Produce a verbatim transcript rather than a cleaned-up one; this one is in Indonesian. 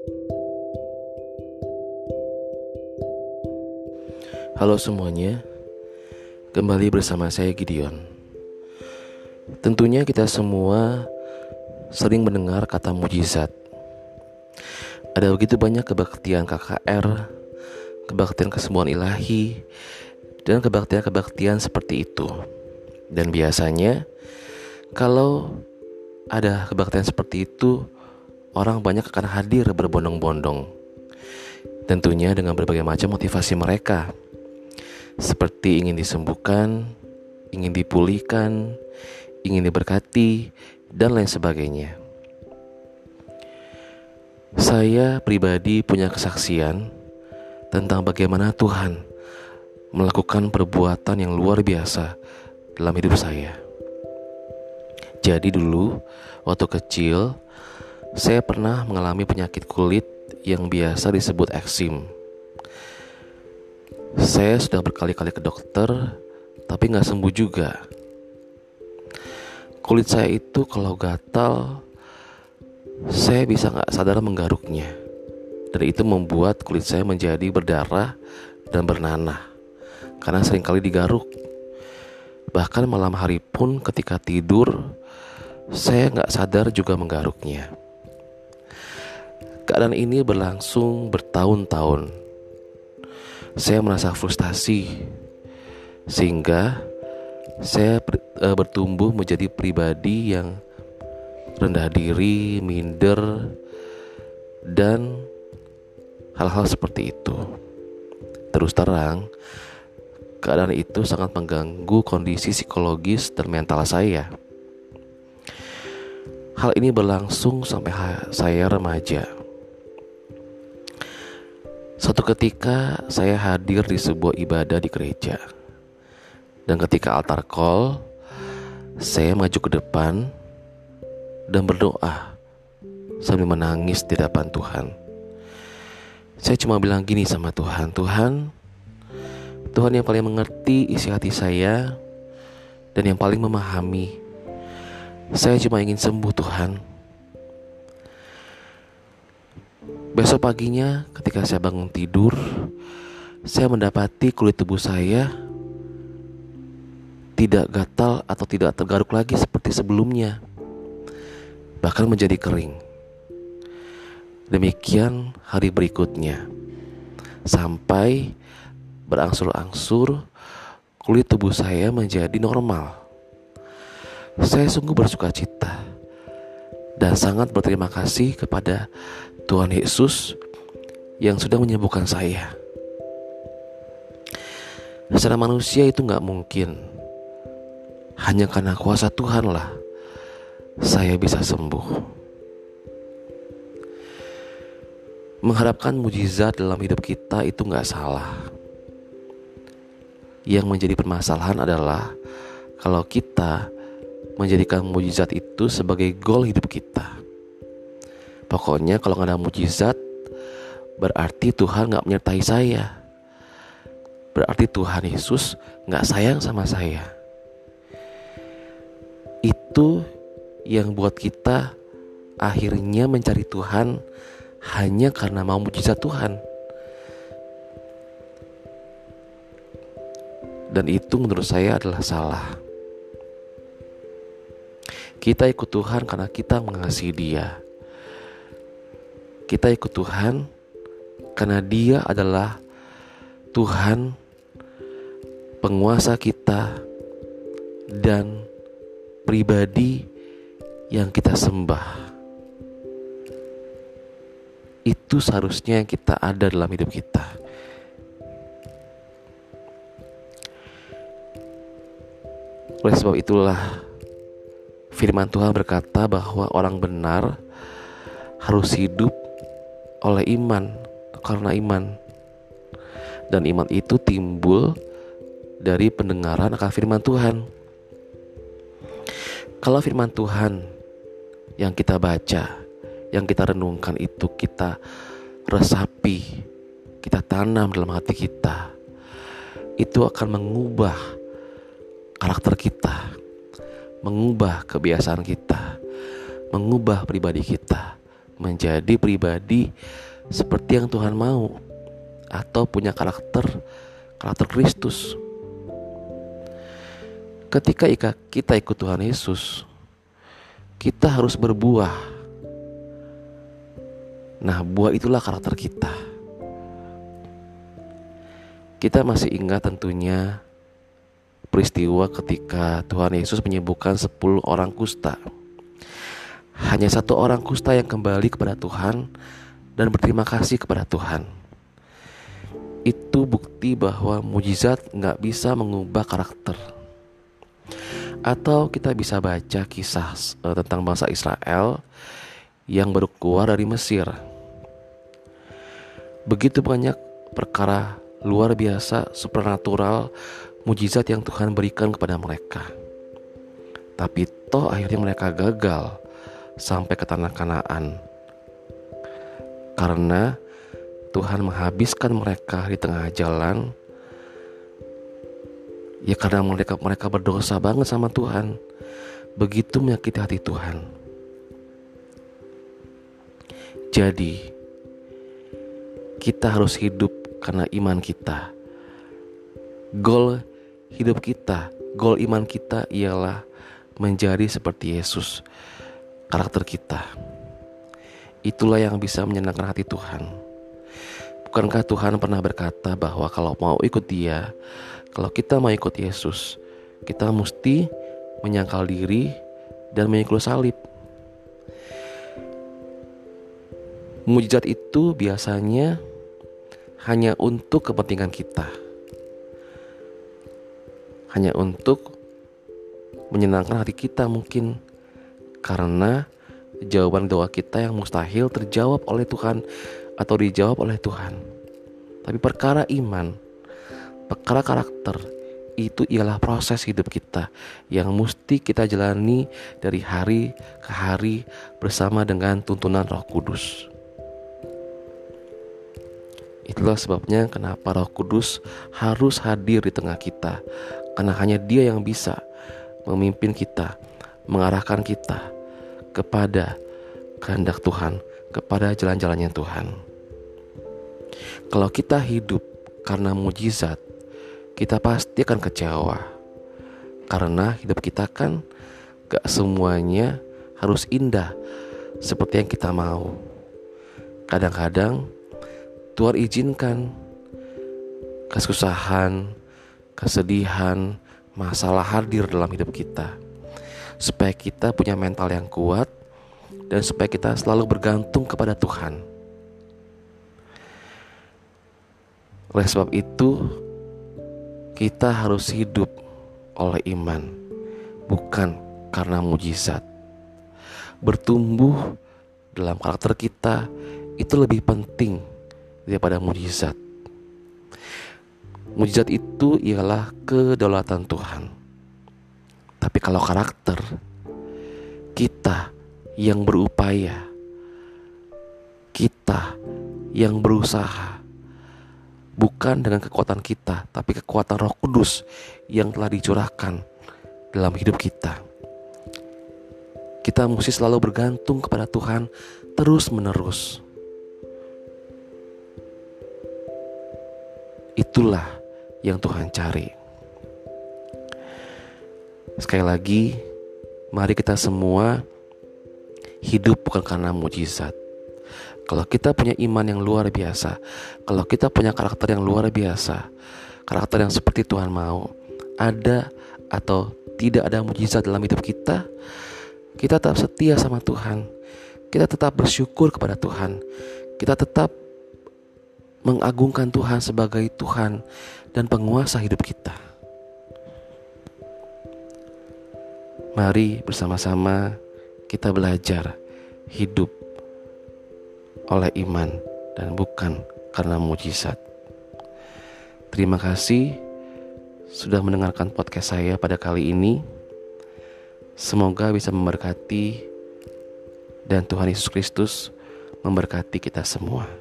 Halo semuanya, kembali bersama saya Gideon. Tentunya kita semua sering mendengar kata mujizat. Ada begitu banyak kebaktian K K R, kebaktian kesembuhan ilahi, dan kebaktian-kebaktian seperti itu. Dan biasanya kalau ada kebaktian seperti itu, orang banyak akan hadir berbondong-bondong. Tentunya dengan berbagai macam motivasi mereka, seperti ingin disembuhkan, ingin dipulihkan, ingin diberkati, dan lain sebagainya. Saya pribadi punya kesaksian tentang bagaimana Tuhan melakukan perbuatan yang luar biasa dalam hidup saya. Jadi dulu, waktu kecil, saya pernah mengalami penyakit kulit yang biasa disebut eksim. Saya sudah berkali-kali ke dokter, tapi gak sembuh juga. Kulit saya itu kalau gatal, saya bisa gak sadar menggaruknya. Dan itu membuat kulit saya menjadi berdarah dan bernanah, karena seringkali digaruk. Bahkan malam hari pun ketika tidur, saya gak sadar juga menggaruknya. Keadaan ini berlangsung bertahun-tahun. Saya merasa frustasi, sehingga saya bertumbuh menjadi pribadi yang rendah diri, minder, dan hal-hal seperti itu. Terus terang, keadaan itu sangat mengganggu kondisi psikologis dan mental saya. Hal ini berlangsung sampai saya remaja. Suatu ketika saya hadir di sebuah ibadah di gereja, dan ketika altar call, saya maju ke depan dan berdoa sambil menangis di hadapan Tuhan. Saya cuma bilang gini sama Tuhan, Tuhan, Tuhan yang paling mengerti isi hati saya dan yang paling memahami. Saya cuma ingin sembuh, Tuhan. Besok paginya ketika saya bangun tidur, saya mendapati kulit tubuh saya tidak gatal atau tidak tergaruk lagi seperti sebelumnya, bahkan menjadi kering. Demikian hari berikutnya, sampai berangsur-angsur kulit tubuh saya menjadi normal. Saya sungguh bersuka cita dan sangat berterima kasih kepada Tuhan Yesus yang sudah menyembuhkan saya. Secara manusia itu gak mungkin. Hanya karena kuasa Tuhan lah saya bisa sembuh. Mengharapkan mujizat dalam hidup kita itu gak salah. Yang menjadi permasalahan adalah kalau kita menjadikan mujizat itu sebagai goal hidup kita. Pokoknya kalau gak ada mujizat, berarti Tuhan gak menyertai saya. Berarti Tuhan Yesus gak sayang sama saya. Itu yang buat kita akhirnya mencari Tuhan hanya karena mau mujizat Tuhan. Dan itu menurut saya adalah salah. Kita ikut Tuhan karena kita mengasihi Dia. Kita ikut Tuhan karena Dia adalah Tuhan, penguasa kita, dan pribadi yang kita sembah. Itu seharusnya yang kita ada dalam hidup kita. Oleh sebab itulah firman Tuhan berkata bahwa orang benar harus hidup oleh iman, karena iman. Dan iman itu timbul dari pendengaran akan firman Tuhan. Kalau firman Tuhan yang kita baca, yang kita renungkan itu kita resapi, kita tanam dalam hati kita, itu akan mengubah karakter kita, mengubah kebiasaan kita, mengubah pribadi kita, menjadi pribadi seperti yang Tuhan mau, atau punya karakter karakter Kristus. Ketika kita ikut Tuhan Yesus, kita harus berbuah. Nah, buah itulah karakter kita. Kita masih ingat tentunya peristiwa ketika Tuhan Yesus menyembuhkan sepuluh orang kusta. Hanya satu orang kusta yang kembali kepada Tuhan dan berterima kasih kepada Tuhan. Itu bukti bahwa mujizat gak bisa mengubah karakter. Atau kita bisa baca kisah uh, tentang bangsa Israel yang baru keluar dari Mesir. Begitu banyak perkara luar biasa, supernatural, mujizat yang Tuhan berikan kepada mereka. Tapi toh akhirnya mereka gagal sampai ke tanah Kanaan, karena Tuhan menghabiskan mereka di tengah jalan. Ya karena mereka mereka berdosa banget sama Tuhan, begitu menyakiti hati Tuhan. Jadi kita harus hidup karena iman kita. Goal hidup kita, goal iman kita ialah menjadi seperti Yesus, karakter kita. Itulah yang bisa menyenangkan hati Tuhan. Bukankah Tuhan pernah berkata bahwa kalau mau ikut Dia, kalau kita mau ikut Yesus, kita mesti menyangkal diri dan memikul salib. Mujizat itu biasanya hanya untuk kepentingan kita, hanya untuk menyenangkan hati kita mungkin, karena jawaban doa kita yang mustahil terjawab oleh Tuhan atau dijawab oleh Tuhan. Tapi perkara iman, perkara karakter, itu ialah proses hidup kita yang mesti kita jalani dari hari ke hari bersama dengan tuntunan Roh Kudus. Itulah sebabnya kenapa Roh Kudus harus hadir di tengah kita, karena hanya Dia yang bisa memimpin kita, mengarahkan kita kepada kehendak Tuhan, kepada jalan-jalannya Tuhan. Kalau kita hidup karena mujizat, kita pasti akan kecewa, karena hidup kita kan gak semuanya harus indah seperti yang kita mau. Kadang-kadang Tuhan izinkan kesusahan, kesedihan, masalah hadir dalam hidup kita, supaya kita punya mental yang kuat dan supaya kita selalu bergantung kepada Tuhan. Oleh sebab itu, kita harus hidup oleh iman, bukan karena mujizat. Bertumbuh dalam karakter kita itu lebih penting daripada mujizat. Mujizat itu ialah kedaulatan Tuhan. Tapi kalau karakter, kita yang berupaya, kita yang berusaha, bukan dengan kekuatan kita, tapi kekuatan Roh Kudus yang telah dicurahkan dalam hidup kita. Kita mesti selalu bergantung kepada Tuhan terus menerus. Itulah yang Tuhan cari. Sekali lagi, mari kita semua hidup bukan karena mujizat. Kalau kita punya iman yang luar biasa, kalau kita punya karakter yang luar biasa, karakter yang seperti Tuhan mau, ada atau tidak ada mujizat dalam hidup kita, kita tetap setia sama Tuhan, kita tetap bersyukur kepada Tuhan, kita tetap mengagungkan Tuhan sebagai Tuhan dan penguasa hidup kita. Mari bersama-sama kita belajar hidup oleh iman dan bukan karena mujizat. Terima kasih sudah mendengarkan podcast saya pada kali ini. Semoga bisa memberkati dan Tuhan Yesus Kristus memberkati kita semua.